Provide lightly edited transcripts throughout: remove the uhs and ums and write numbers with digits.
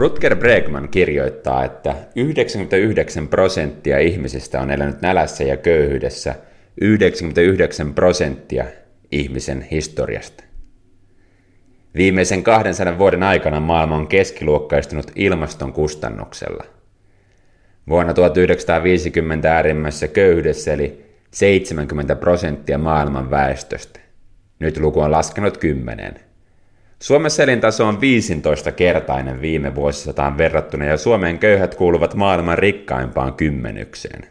Rutger Bregman kirjoittaa, että 99% ihmisistä on elänyt nälässä ja köyhyydessä 99% ihmisen historiasta. Viimeisen 200 vuoden aikana maailma on keskiluokkaistunut ilmaston kustannuksella. Vuonna 1950 äärimmäisessä köyhyydessä eli 70% maailman väestöstä. Nyt luku on laskenut 10. Suomessa elintaso on 15-kertainen viime vuosisataan verrattuna ja Suomen köyhät kuuluvat maailman rikkaimpaan kymmenykseen.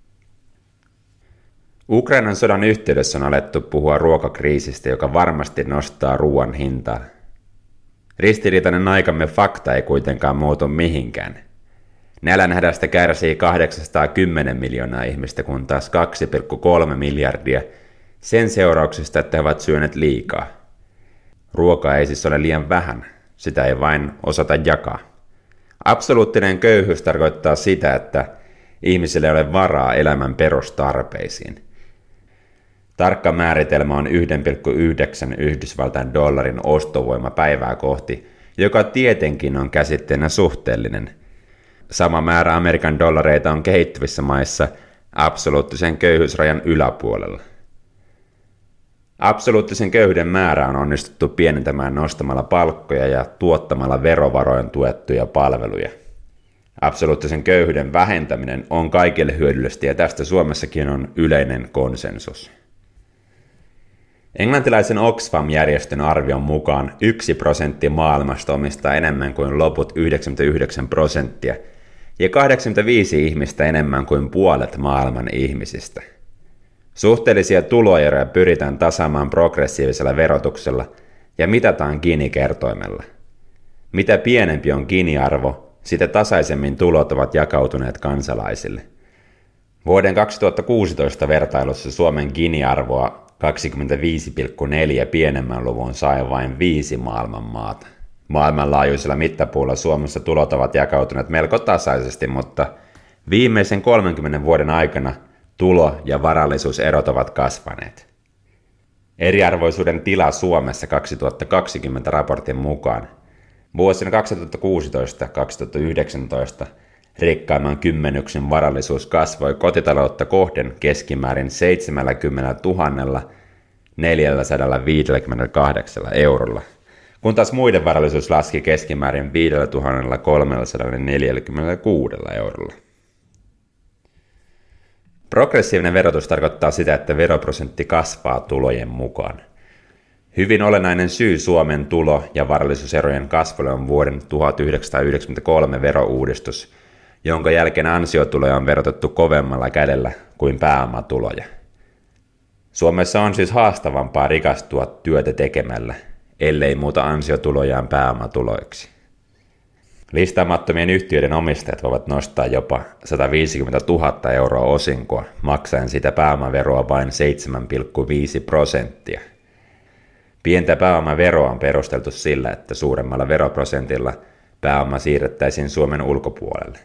Ukrainan sodan yhteydessä on alettu puhua ruokakriisistä, joka varmasti nostaa ruoan hintaa. Ristiriitainen aikamme fakta ei kuitenkaan muutu mihinkään. Nälänhädästä kärsii 810 miljoonaa ihmistä, kun taas 2,3 miljardia sen seurauksesta, että he ovat syöneet liikaa. Ruokaa ei siis ole liian vähän, sitä ei vain osata jakaa. Absoluuttinen köyhyys tarkoittaa sitä, että ihmisille ei ole varaa elämän perustarpeisiin. Tarkka määritelmä on 1,9 Yhdysvaltain dollarin ostovoima päivää kohti, joka tietenkin on käsitteenä suhteellinen. Sama määrä Amerikan dollareita on kehittyvissä maissa absoluuttisen köyhyysrajan yläpuolella. Absoluuttisen köyhyyden määrä on onnistuttu pienentämään nostamalla palkkoja ja tuottamalla verovaroin tuettuja palveluja. Absoluuttisen köyhyyden vähentäminen on kaikille hyödyllistä ja tästä Suomessakin on yleinen konsensus. Englantilaisen Oxfam-järjestön arvion mukaan 1% maailmasta omistaa enemmän kuin loput 99% ja 85 ihmistä enemmän kuin puolet maailman ihmisistä. Suhteellisia tuloeroja pyritään tasaamaan progressiivisella verotuksella ja mitataan Gini-kertoimella. Mitä pienempi on Gini-arvo, sitä tasaisemmin tulot ovat jakautuneet kansalaisille. Vuoden 2016 vertailussa Suomen Gini-arvoa 25,4 pienemmän luvun sai vain 5 maailman maata. Maailmanlaajuisella mittapuulla Suomessa tulot ovat jakautuneet melko tasaisesti, mutta viimeisen 30 vuoden aikana tulo- ja varallisuuserot ovat kasvaneet. Eriarvoisuuden tila Suomessa 2020 raportin mukaan vuosina 2016-2019 rikkaimman kymmenyksen varallisuus kasvoi kotitaloutta kohden keskimäärin 70 458 eurolla, kun taas muiden varallisuus laski keskimäärin 5 346 eurolla. Progressiivinen verotus tarkoittaa sitä, että veroprosentti kasvaa tulojen mukaan. Hyvin olennainen syy Suomen tulo- ja varallisuuserojen kasvulle on vuoden 1993 verouudistus, jonka jälkeen ansiotuloja on verotettu kovemmalla kädellä kuin pääomatuloja. Suomessa on siis haastavampaa rikastua työtä tekemällä, ellei muuta ansiotulojaan pääomatuloiksi. Listaamattomien yhtiöiden omistajat voivat nostaa jopa 150 000 euroa osinkoa, maksaen sitä pääomaveroa vain 7,5%. Pientä pääomaveroa on perusteltu sillä, että suuremmalla veroprosentilla pääoma siirrettäisiin Suomen ulkopuolelle.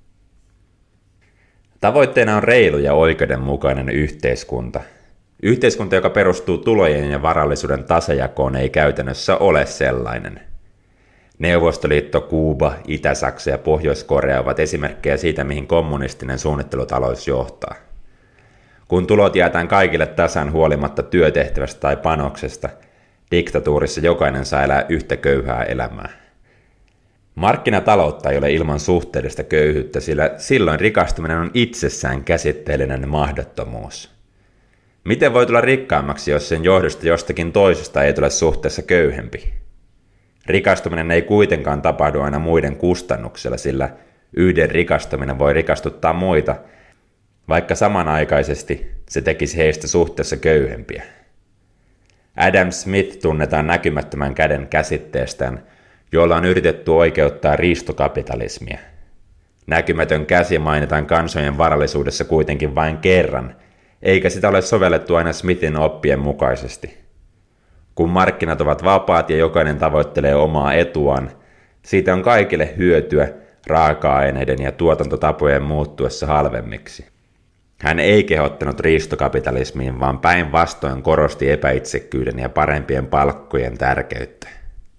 Tavoitteena on reilu ja oikeudenmukainen yhteiskunta. Yhteiskunta, joka perustuu tulojen ja varallisuuden tasajakoon, ei käytännössä ole sellainen. Neuvostoliitto, Kuuba, Itä-Saksa ja Pohjois-Korea ovat esimerkkejä siitä, mihin kommunistinen suunnittelutalous johtaa. Kun tulot jaetaan kaikille tasan huolimatta työtehtävästä tai panoksesta, diktatuurissa jokainen saa elää yhtä köyhää elämää. Markkinataloutta ei ole ilman suhteellista köyhyyttä, sillä silloin rikastuminen on itsessään käsitteellinen mahdottomuus. Miten voi tulla rikkaammaksi, jos sen johdosta jostakin toisesta ei tule suhteessa köyhempi? Rikastuminen ei kuitenkaan tapahdu aina muiden kustannuksella, sillä yhden rikastuminen voi rikastuttaa muita, vaikka samanaikaisesti se tekisi heistä suhteessa köyhempiä. Adam Smith tunnetaan näkymättömän käden käsitteestään, jolla on yritetty oikeuttaa riistokapitalismia. Näkymätön käsi mainitaan kansojen varallisuudessa kuitenkin vain kerran, eikä sitä ole sovellettu aina Smithin oppien mukaisesti. Kun markkinat ovat vapaat ja jokainen tavoittelee omaa etuaan, siitä on kaikille hyötyä raaka-aineiden ja tuotantotapojen muuttuessa halvemmiksi. Hän ei kehottanut riistokapitalismiin, vaan päinvastoin korosti epäitsekkyyden ja parempien palkkojen tärkeyttä.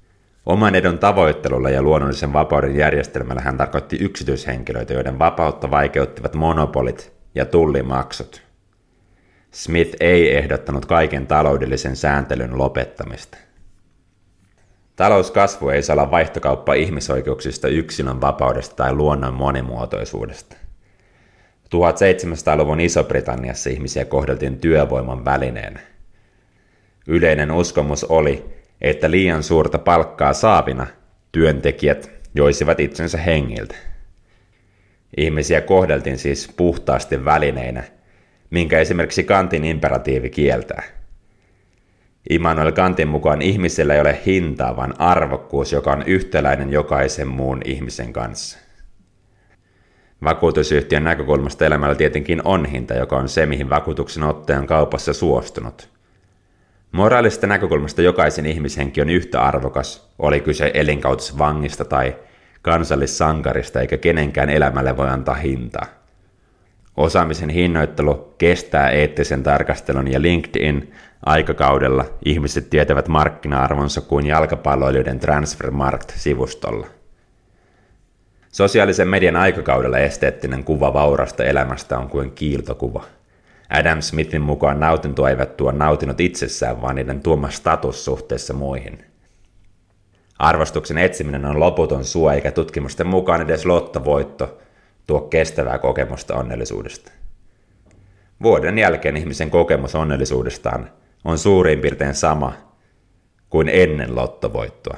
Oman edun tavoittelulla ja luonnollisen vapauden järjestelmällä hän tarkoitti yksityishenkilöitä, joiden vapautta vaikeuttivat monopolit ja tullimaksut. Smith ei ehdottanut kaiken taloudellisen sääntelyn lopettamista. Talouskasvu ei saa olla vaihtokauppa ihmisoikeuksista, yksilön vapaudesta tai luonnon monimuotoisuudesta. 1700-luvun Iso-Britanniassa ihmisiä kohdeltiin työvoiman välineenä. Yleinen uskomus oli, että liian suurta palkkaa saavina työntekijät joisivat itsensä hengiltä. Ihmisiä kohdeltiin siis puhtaasti välineinä, minkä esimerkiksi Kantin imperatiivi kieltää. Immanuel Kantin mukaan ihmisellä ei ole hintaa, vaan arvokkuus, joka on yhtäläinen jokaisen muun ihmisen kanssa. Vakuutusyhtiön näkökulmasta elämällä tietenkin on hinta, joka on se, mihin vakuutuksen ottaja on kaupassa suostunut. Moraalisesta näkökulmasta jokaisen ihmishenki on yhtä arvokas, oli kyse elinkautisvangista tai kansallissankarista, eikä kenenkään elämälle voi antaa hintaa. Osaamisen hinnoittelu kestää eettisen tarkastelun ja LinkedIn-aikakaudella ihmiset tietävät markkina-arvonsa kuin jalkapalloilijoiden Transfermarkt-sivustolla. Sosiaalisen median aikakaudella esteettinen kuva vaurasta elämästä on kuin kiiltokuva. Adam Smithin mukaan nautintoa eivät tuo nautinnot itsessään, vaan niiden tuoma status suhteessa muihin. Arvostuksen etsiminen on loputon suo, eikä tutkimusten mukaan edes lottovoitto tuo kestävää kokemusta onnellisuudesta. Vuoden jälkeen ihmisen kokemus onnellisuudestaan on suurin piirtein sama kuin ennen lottovoittoa.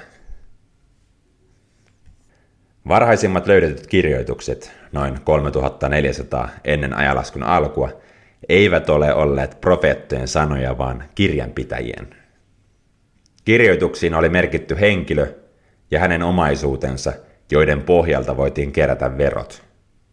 Varhaisimmat löydetyt kirjoitukset, noin 3400 ennen ajanlaskun alkua, eivät ole olleet profeettojen sanoja, vaan kirjanpitäjien. Kirjoituksiin oli merkitty henkilö ja hänen omaisuutensa, joiden pohjalta voitiin kerätä verot.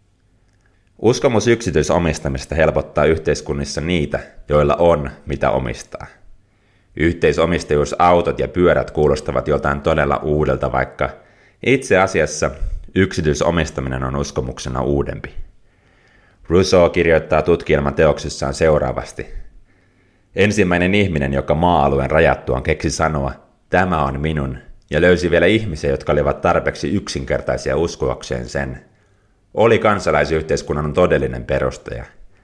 Uskomus yksityisomistamista helpottaa yhteiskunnissa niitä, joilla on mitä omistaa. Yhteisomistajuusautot ja pyörät kuulostavat joltain todella uudelta, vaikka itse asiassa yksityisomistaminen on uskomuksena uudempi. Rousseau kirjoittaa tutkielmateoksissaan seuraavasti. Ensimmäinen ihminen, joka maa-alueen rajattuaan keksi sanoa, tämä on minun, ja löysi vielä ihmisiä, jotka olivat tarpeeksi yksinkertaisia uskoakseen sen, oli kansalaisyhteiskunnan todellinen perustaja.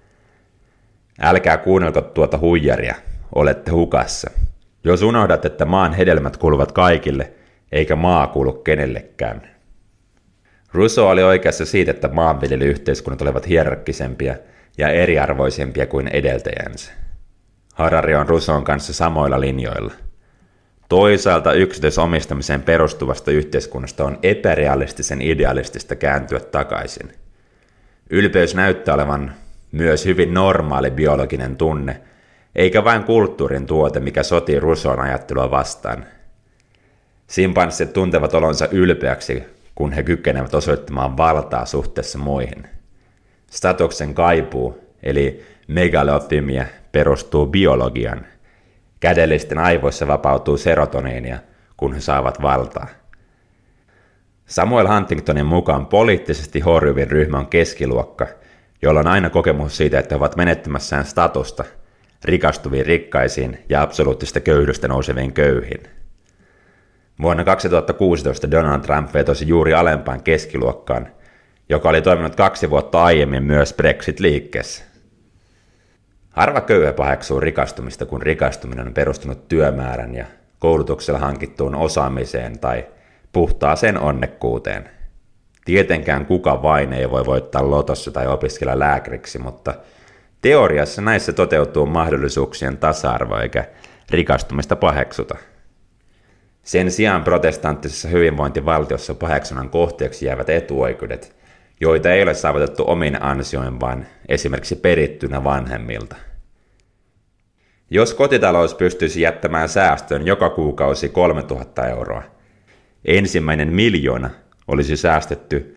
Älkää kuunnelko tuota huijaria, olette hukassa. Jos unohdat, että maan hedelmät kuuluvat kaikille, eikä maa kuulu kenellekään. Rousseau oli oikeassa siitä, että maanviljelyyhteiskunnat olivat hierarkkisempia ja eriarvoisempia kuin edeltäjänsä. Harari on Rousseaun kanssa samoilla linjoilla. Toisaalta yksityisomistamiseen perustuvasta yhteiskunnasta on epärealistisen idealistista kääntyä takaisin. Ylpeys näyttää olevan myös hyvin normaali biologinen tunne, eikä vain kulttuurin tuote, mikä sotii Rousseaun ajattelua vastaan. Simpanssit tuntevat olonsa ylpeäksi, kun he kykenevät osoittamaan valtaa suhteessa muihin. Statuksen kaipuu, eli megalothymia, perustuu biologian. Kädellisten aivoissa vapautuu serotoniinia, kun he saavat valtaa. Samuel Huntingtonin mukaan poliittisesti horjuvin ryhmä on keskiluokka, jolla on aina kokemus siitä, että he ovat menettämässään statusta rikastuviin rikkaisiin ja absoluuttista köyhyydestä nouseviin köyhiin. Vuonna 2016 Donald Trump vetosi juuri alempaan keskiluokkaan, joka oli toiminut 2 vuotta aiemmin myös Brexit-liikkeessä. Harva köyhä paheksuu rikastumista, kun rikastuminen on perustunut työmäärän ja koulutuksella hankittuun osaamiseen tai puhtaaseen onnekkuuteen. Tietenkään kuka vain ei voi voittaa lotossa tai opiskella lääkäriksi, mutta teoriassa näissä toteutuu mahdollisuuksien tasa-arvo eikä rikastumista paheksuta. Sen sijaan protestanttisessa hyvinvointivaltiossa paheksunnan kohteeksi jäävät etuoikeudet, joita ei ole saavutettu omin ansioin, vaan esimerkiksi perittynä vanhemmilta. Jos kotitalous pystyisi jättämään säästöön joka kuukausi 3000 euroa, ensimmäinen 1 000 000 olisi säästetty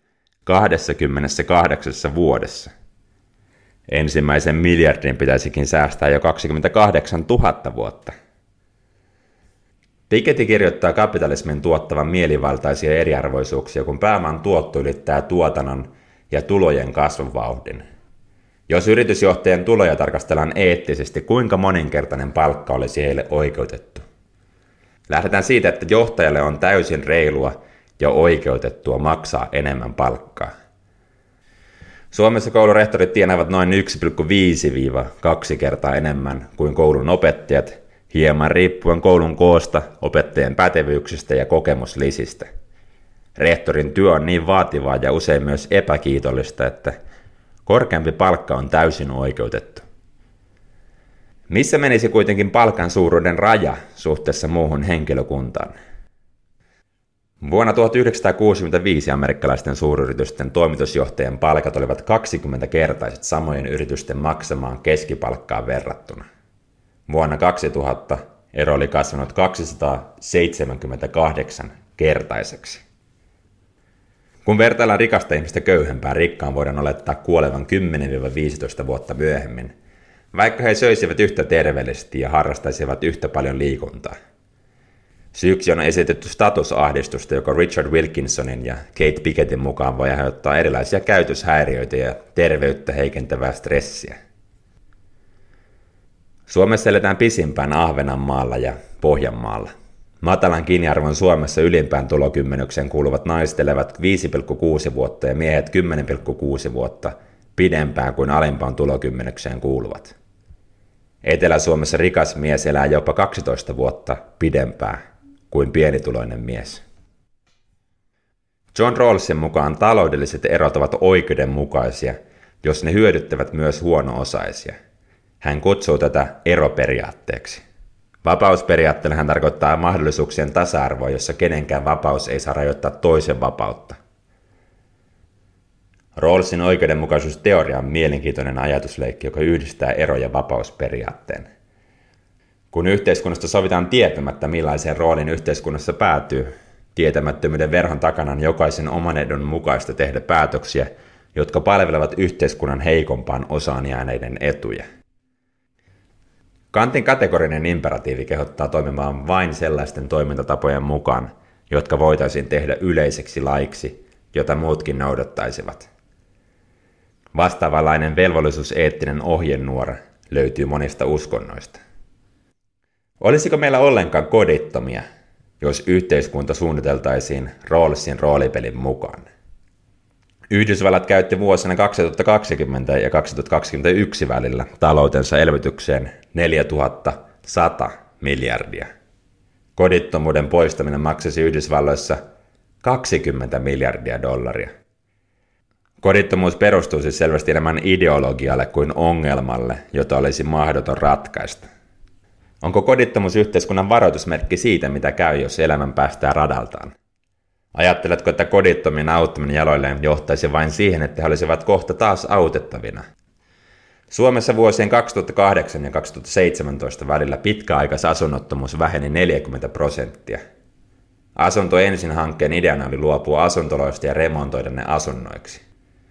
28 vuodessa. Ensimmäisen miljardin pitäisikin säästää jo 28 000 vuotta. Piketty kirjoittaa kapitalismin tuottavan mielivaltaisia eriarvoisuuksia, kun pääoman tuotto ylittää tuotannon ja tulojen kasvuvauhdin. Jos yritysjohtajien tuloja tarkastellaan eettisesti, kuinka moninkertainen palkka olisi heille oikeutettu? Lähdetään siitä, että johtajalle on täysin reilua ja oikeutettua maksaa enemmän palkkaa. Suomessa koulurehtorit tienaavat noin 1,5–2 kertaa enemmän kuin koulun opettajat, hieman riippuen koulun koosta, opettajien pätevyyksistä ja kokemuslisistä. Rehtorin työ on niin vaativaa ja usein myös epäkiitollista, että korkeampi palkka on täysin oikeutettu. Missä menisi kuitenkin palkan suuruuden raja suhteessa muuhun henkilökuntaan? Vuonna 1965 amerikkalaisten suuryritysten toimitusjohtajien palkat olivat 20-kertaiset samojen yritysten maksamaan keskipalkkaan verrattuna. Vuonna 2000 ero oli kasvanut 278-kertaiseksi. Kun vertaillaan rikasta ihmistä köyhempään, rikkaan voidaan olettaa kuolevan 10–15 vuotta myöhemmin, vaikka he söisivät yhtä terveellisesti ja harrastaisivat yhtä paljon liikuntaa. Syyksi on esitetty statusahdistusta, joka Richard Wilkinsonin ja Kate Pickettin mukaan voi aiheuttaa erilaisia käytöshäiriöitä ja terveyttä heikentävää stressiä. Suomessa eletään pisimpään Ahvenanmaalla ja Pohjanmaalla. Matalan kiinniarvon Suomessa ylimpään tulokymmenykseen kuuluvat naiset elävät 5,6 vuotta ja miehet 10,6 vuotta pidempään kuin alimpaan tulokymmenykseen kuuluvat. Etelä-Suomessa rikas mies elää jopa 12 vuotta pidempään kuin pienituloinen mies. John Rawlsin mukaan taloudelliset erot ovat oikeudenmukaisia, jos ne hyödyttävät myös huono-osaisia. Hän kutsuu tätä eroperiaatteeksi. Vapausperiaatteella hän tarkoittaa mahdollisuuksien tasa-arvoa, jossa kenenkään vapaus ei saa rajoittaa toisen vapautta. Rawlsin oikeudenmukaisuusteoria on mielenkiintoinen ajatusleikki, joka yhdistää ero- ja vapausperiaatteen. Kun yhteiskunnasta sovitaan tietämättä, millaiseen rooliin yhteiskunnassa päätyy, tietämättömyyden verhon takana on jokaisen oman edun mukaista tehdä päätöksiä, jotka palvelevat yhteiskunnan heikompaan osaan jääneiden etuja. Kantin kategorinen imperatiivi kehottaa toimimaan vain sellaisten toimintatapojen mukaan, jotka voitaisiin tehdä yleiseksi laiksi, jota muutkin noudattaisivat. Vastaavanlainen velvollisuuseettinen ohjenuora löytyy monista uskonnoista. Olisiko meillä ollenkaan kodittomia, jos yhteiskunta suunniteltaisiin Rawlsin roolipelin mukaan? Yhdysvallat käytti vuosina 2020 ja 2021 välillä taloutensa elvytykseen 4100 miljardia. Kodittomuuden poistaminen maksasi Yhdysvalloissa 20 miljardia dollaria. Kodittomuus perustuu siis selvästi enemmän ideologialle kuin ongelmalle, jota olisi mahdoton ratkaista. Onko kodittomuus yhteiskunnan varoitusmerkki siitä, mitä käy, jos elämän päästää radaltaan? Ajatteletko, että kodittomien auttaminen jaloilleen johtaisi vain siihen, että he olisivat kohta taas autettavina? Suomessa vuosien 2008 ja 2017 välillä pitkäaikaisasunnottomuus väheni 40%. Asunto ensin -hankkeen ideana oli luopua asuntoloista ja remontoida ne asunnoiksi.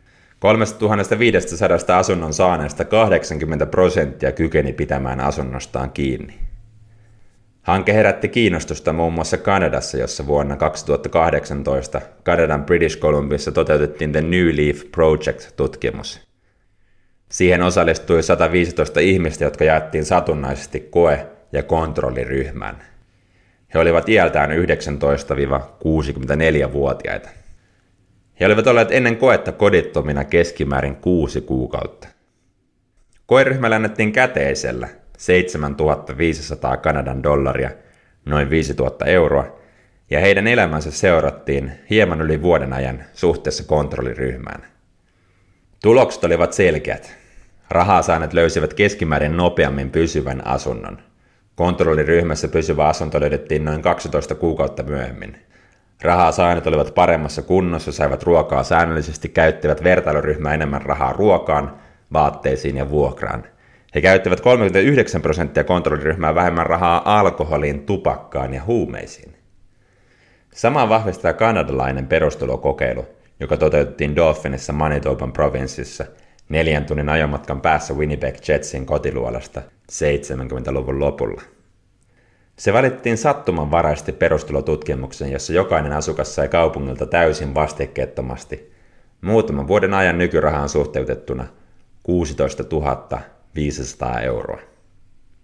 3500 asunnon saaneesta 80% kykeni pitämään asunnostaan kiinni. Hanke herätti kiinnostusta muun muassa Kanadassa, jossa vuonna 2018 Kanadan British Columbiassa toteutettiin The New Leaf Project-tutkimus. Siihen osallistui 115 ihmistä, jotka jaettiin satunnaisesti koe- ja kontrolliryhmään. He olivat iältään 19–64-vuotiaita. He olivat olleet ennen koetta kodittomina keskimäärin 6 kuukautta. Koeryhmälle annettiin käteisellä 7500 Kanadan dollaria, noin 5000 euroa, ja heidän elämänsä seurattiin hieman yli vuoden ajan suhteessa kontrolliryhmään. Tulokset olivat selkeät. Rahaa saaneet löysivät keskimäärin nopeammin pysyvän asunnon. Kontrolliryhmässä pysyvä asunto löydettiin noin 12 kuukautta myöhemmin. Rahaa saaneet olivat paremmassa kunnossa, saivat ruokaa säännöllisesti, käyttivät vertailuryhmää enemmän rahaa ruokaan, vaatteisiin ja vuokraan. He käyttivät 39% kontrolliryhmää vähemmän rahaa alkoholiin, tupakkaan ja huumeisiin. Samaa vahvistaa kanadalainen perustulokokeilu, joka toteutettiin Dauphinissa Manitoban provinssissa 4 tunnin ajomatkan päässä Winnipeg Jetsin kotiluolasta 70-luvun lopulla. Se valittiin sattumanvaraisesti perustulotutkimuksen, jossa jokainen asukas sai kaupungilta täysin vastikkeettomasti muutaman vuoden ajan nykyrahaan suhteutettuna 16 500 euroa.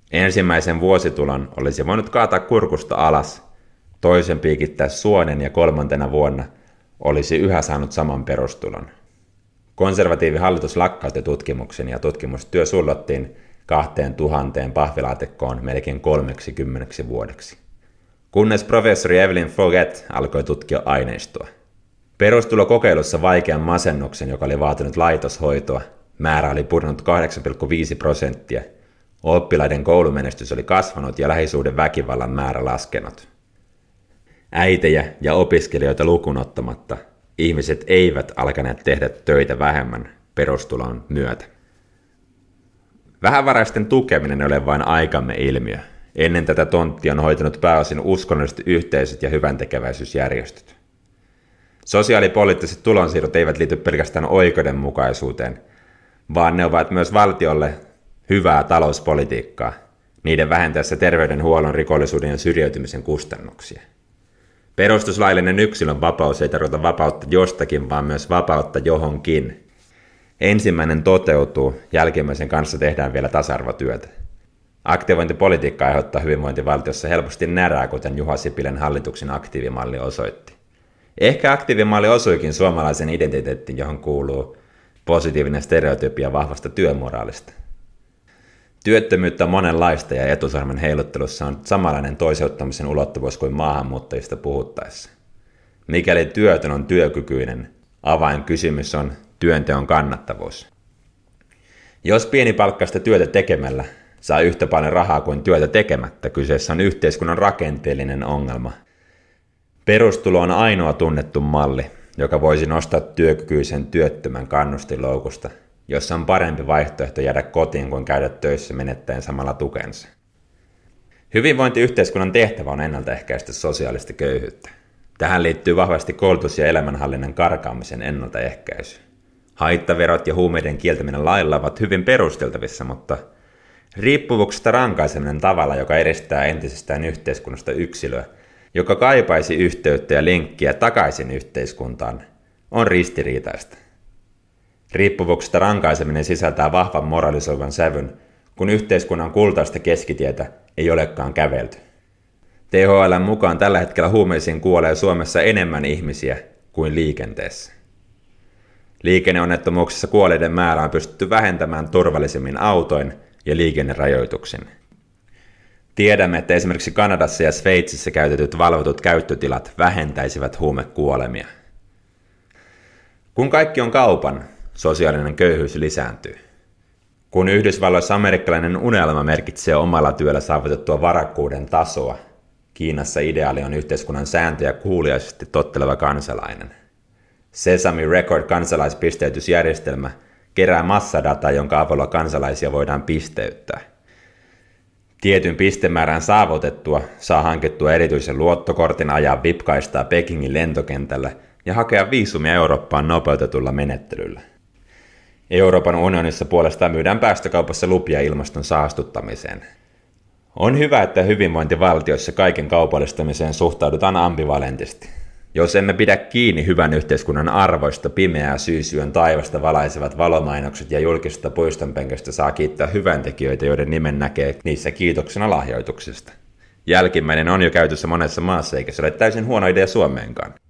Ensimmäisen vuositulon olisi voinut kaataa kurkusta alas, toisen piikittää suonen ja kolmantena vuonna olisi yhä saanut saman perustulon. Konservatiivihallitus lakkautti tutkimuksen ja tutkimustyö sullottiin 2000 pahvilaatikkoon melkein 30 vuodeksi. Kunnes professori Evelyn Foguet alkoi tutkia aineistoa. Perustulokokeilussa vaikean masennuksen, joka oli vaatinut laitoshoitoa, määrä oli pudonnut 8,5%. Oppilaiden koulumenestys oli kasvanut ja lähisuuden väkivallan määrä laskenut. Äitejä ja opiskelijoita lukuun ottamatta ihmiset eivät alkaneet tehdä töitä vähemmän perustulon myötä. Vähävaraisten tukeminen ei ole vain aikamme ilmiö. Ennen tätä tonttia on hoitanut pääosin uskonnolliset yhteisöt ja hyväntekeväisyysjärjestöt. Sosiaalipoliittiset tulonsiirrot eivät liity pelkästään oikeudenmukaisuuteen, vaan ne ovat myös valtiolle hyvää talouspolitiikkaa, niiden vähentäessä terveydenhuollon, rikollisuuden ja syrjäytymisen kustannuksia. Perustuslaillinen yksilön vapaus ei tarkoita vapautta jostakin, vaan myös vapautta johonkin. Ensimmäinen toteutuu, jälkimmäisen kanssa tehdään vielä tasa-arvotyötä. Aktivointipolitiikka aiheuttaa hyvinvointivaltiossa helposti närää, kuten Juha Sipilän hallituksen aktiivimalli osoitti. Ehkä aktiivimalli osuikin suomalaisen identiteettiin, johon kuuluu positiivinen stereotypia vahvasta työmoraalista. Työttömyyttä on monenlaista ja etusarmen heiluttelussa on samanlainen toiseuttamisen ulottuvuus kuin maahanmuuttajista puhuttaessa. Mikäli työtön on työkykyinen, avainkysymys on työnteon kannattavuus. Jos pienipalkkaista työtä tekemällä saa yhtä paljon rahaa kuin työtä tekemättä, kyseessä on yhteiskunnan rakenteellinen ongelma. Perustulo on ainoa tunnettu malli, joka voisi nostaa työkykyisen työttömän kannustinloukusta, jossa on parempi vaihtoehto jäädä kotiin kuin käydä töissä menettäen samalla tukensa. Hyvinvointiyhteiskunnan tehtävä on ennaltaehkäistä sosiaalista köyhyyttä. Tähän liittyy vahvasti koulutus- ja elämänhallinnan karkaamisen ennaltaehkäisy. Haittaverot ja huumeiden kieltäminen lailla ovat hyvin perusteltavissa, mutta riippuvuuksista rankaiseminen tavalla, joka edistää entisestään yhteiskunnasta yksilöä, joka kaipaisi yhteyttä ja linkkiä takaisin yhteiskuntaan, on ristiriitaista. Riippuvuuksista rankaiseminen sisältää vahvan moralisoivan sävyn, kun yhteiskunnan kultaista keskitietä ei olekaan kävelty. THL:n mukaan tällä hetkellä huumeisiin kuolee Suomessa enemmän ihmisiä kuin liikenteessä. Liikenneonnettomuuksissa kuolleiden määrä on pystytty vähentämään turvallisemmin autoin ja liikennerajoituksin. Tiedämme, että esimerkiksi Kanadassa ja Sveitsissä käytetyt valvotut käyttötilat vähentäisivät huumekuolemia. Kun kaikki on kaupan, sosiaalinen köyhyys lisääntyy. Kun Yhdysvalloissa amerikkalainen unelma merkitsee omalla työllä saavutettua varakkuuden tasoa, Kiinassa ideaali on yhteiskunnan sääntöjä kuuliaisesti totteleva kansalainen. Sesame Record kansalaispisteytysjärjestelmä kerää massadataa, jonka avulla kansalaisia voidaan pisteyttää. Tietyn pistemäärän saavutettua saa hankittua erityisen luottokortin, ajaa VIP-kaistaa Pekingin lentokentällä ja hakea viisumia Eurooppaan nopeutetulla menettelyllä. Euroopan unionissa puolestaan myydään päästökaupassa lupia ilmaston saastuttamiseen. On hyvä, että hyvinvointivaltioissa kaiken kaupallistamiseen suhtaudutaan ambivalentisti. Jos emme pidä kiinni hyvän yhteiskunnan arvoista, pimeää syysyön taivasta valaisevat valomainokset ja julkisesta puistonpenkästä saa kiittää hyväntekijöitä, joiden nimen näkee niissä kiitoksena lahjoituksista. Jälkimmäinen on jo käytössä monessa maassa, eikä se ole täysin huono idea Suomeenkaan.